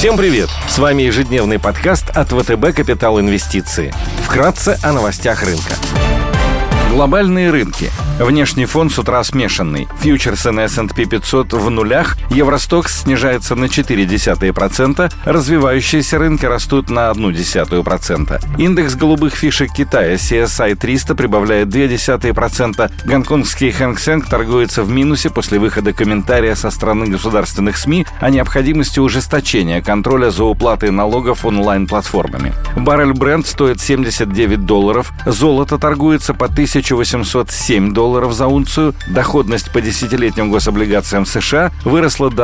Всем привет! С вами ежедневный подкаст от ВТБ «Капитал Инвестиции». Вкратце о новостях рынка. Глобальные рынки. Внешний фон с утра смешанный. Фьючерсы на S&P 500 в нулях, Евростокс снижается на 0,4%, развивающиеся рынки растут на 0,1%. Индекс голубых фишек Китая CSI 300 прибавляет 0,2%. Гонконгский Хэнк Сенг торгуется в минусе после выхода комментария со стороны государственных СМИ о необходимости ужесточения контроля за уплатой налогов онлайн-платформами. Баррель Brent стоит $79, золото торгуется по $1807 за унцию, доходность по десятилетним гособлигациям США выросла до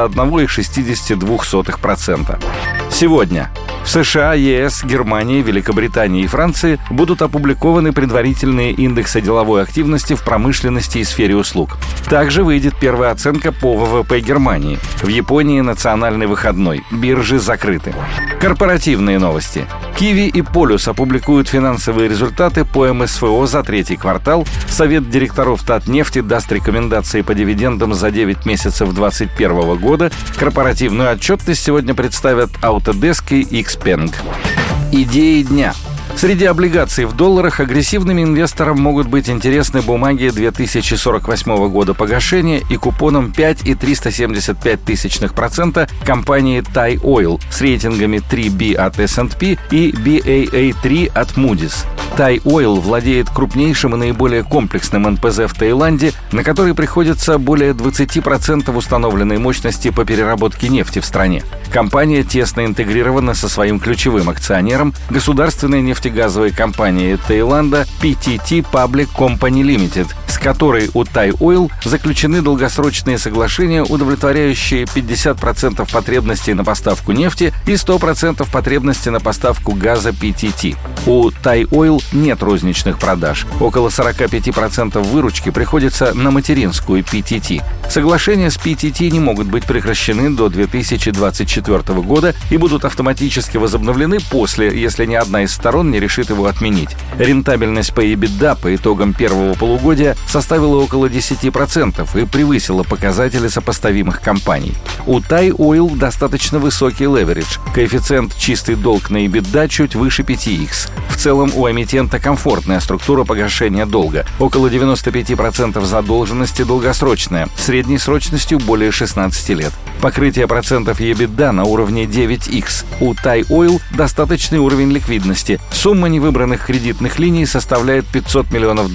1,62%. Сегодня в США, ЕС, Германии, Великобритании и Франции будут опубликованы предварительные индексы деловой активности в промышленности и сфере услуг. Также выйдет первая оценка по ВВП Германии. В Японии национальный выходной. Биржи закрыты. Корпоративные новости. Киви и Полюс опубликуют финансовые результаты по МСФО за третий квартал. Совет директоров Татнефти даст рекомендации по дивидендам за 9 месяцев 2021 года. Корпоративную отчетность сегодня представят Autodesk и Xpeng. Идеи дня. Среди облигаций в долларах агрессивным инвесторам могут быть интересны бумаги 2048 года погашения и купоном 5,375% компании Thai Oil с рейтингами 3B от S&P и Baa3 от Moody's. Thai Oil владеет крупнейшим и наиболее комплексным НПЗ в Таиланде, на который приходится более 20% установленной мощности по переработке нефти в стране. Компания тесно интегрирована со своим ключевым акционером, государственной нефтегазовой компанией Таиланда PTT Public Company Limited, с которой у Thai Oil заключены долгосрочные соглашения, удовлетворяющие 50% потребностей на поставку нефти и 100% потребностей на поставку газа PTT. У Thai Oil нет розничных продаж. Около 45% выручки приходится на материнскую PTT. Соглашения с PTT не могут быть прекращены до 2024 года и будут автоматически возобновлены после, если ни одна из сторон не решит его отменить. Рентабельность по EBITDA по итогам первого полугодия составила около 10% и превысила показатели сопоставимых компаний. У Thai Oil достаточно высокий леверидж. Коэффициент чистый долг на EBITDA чуть выше 5x. В целом у эмитента комфортная структура погашения долга. Около 95% задолженности долгосрочная, средней срочностью более 16 лет. Покрытие процентов EBITDA на уровне 9x. У Thai Oil достаточный уровень ликвидности. Сумма невыбранных кредитных линий составляет $500 миллионов,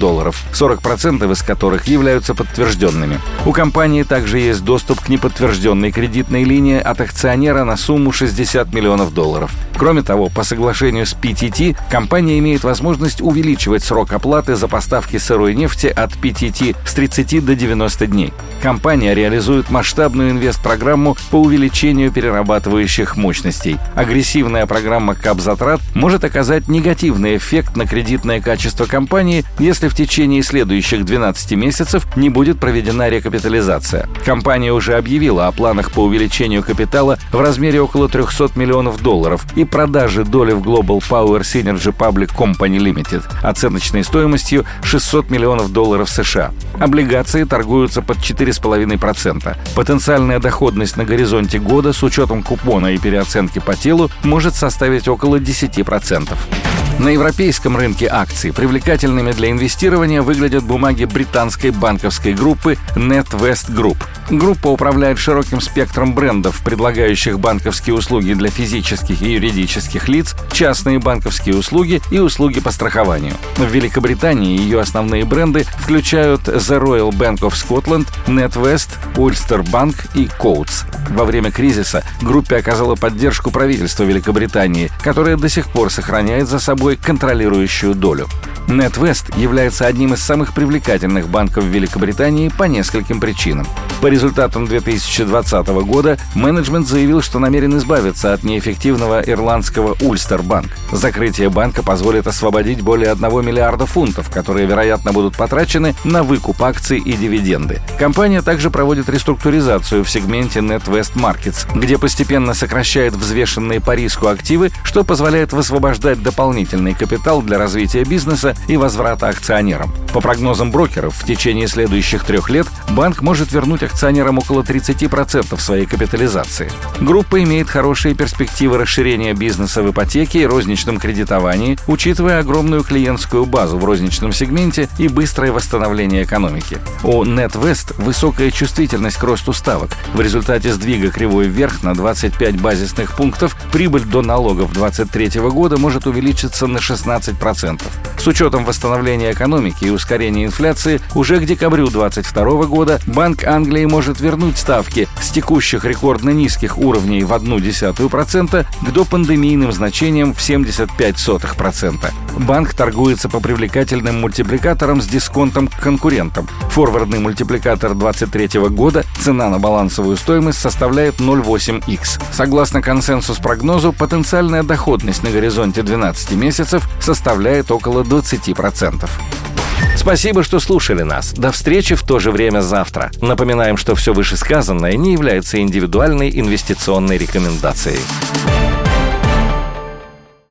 40% из которых являются подтвержденными. У компании также есть доступ к неподтвержденной кредитной линии от акционера на сумму $60 миллионов. Кроме того, по соглашению с PTT компания имеет возможность увеличивать срок оплаты за поставки сырой нефти от PTT с 30 до 90 дней. Компания реализует масштабную инвестпрограмму по увеличению перерабатывающих мощностей. Агрессивная программа капзатрат может оказать негативный эффект на кредитное качество компании, если в течение следующих 12 месяцев не будет проведена рекапитализация. Компания уже объявила о планах по увеличению капитала в размере около $300 миллионов и продаже доли в Global Power Synergy Public Company Limited оценочной стоимостью $600 миллионов США. Облигации торгуются под 4,5%. Потенциальная доходность на горизонте года с учетом купона и переоценки по телу может составить около 10%. На европейском рынке акций привлекательными для инвестирования выглядят бумаги британской банковской группы NatWest Group. Группа управляет широким спектром брендов, предлагающих банковские услуги для физических и юридических лиц, частные банковские услуги и услуги по страхованию. В Великобритании ее основные бренды включают The Royal Bank of Scotland, NatWest, Ulster Bank и Coutts. Во время кризиса группе оказала поддержку правительство Великобритании, которое до сих пор сохраняет за собой контролирующую долю. NatWest является одним из самых привлекательных банков в Великобритании по нескольким причинам. По результатам 2020 года менеджмент заявил, что намерен избавиться от неэффективного ирландского Ulster Bank. Закрытие банка позволит освободить более 1 миллиарда фунтов, которые, вероятно, будут потрачены на выкуп акций и дивиденды. Компания также проводит реструктуризацию в сегменте NatWest Markets, где постепенно сокращает взвешенные по риску активы, что позволяет высвобождать дополнительный капитал для развития бизнеса дивиденда и возврата акционерам. По прогнозам брокеров, в течение следующих 3 лет банк может вернуть акционерам около 30% своей капитализации. Группа имеет хорошие перспективы расширения бизнеса в ипотеке и розничном кредитовании, учитывая огромную клиентскую базу в розничном сегменте и быстрое восстановление экономики. У NetWest высокая чувствительность к росту ставок. В результате сдвига кривой вверх на 25 базисных пунктов прибыль до налогов 2023 года может увеличиться на 16%. С учетом восстановления экономики и ускорения инфляции, уже к декабрю 2022 года Банк Англии может вернуть ставки с текущих рекордно низких уровней в 0,1% к допандемийным значениям в 0,75%. Банк торгуется по привлекательным мультипликаторам с дисконтом к конкурентам. Форвардный мультипликатор 2023 года, цена на балансовую стоимость составляет 0,8x. Согласно консенсус-прогнозу, потенциальная доходность на горизонте 12 месяцев составляет около 20%. Спасибо, что слушали нас. До встречи в то же время завтра. Напоминаем, что все вышесказанное не является индивидуальной инвестиционной рекомендацией.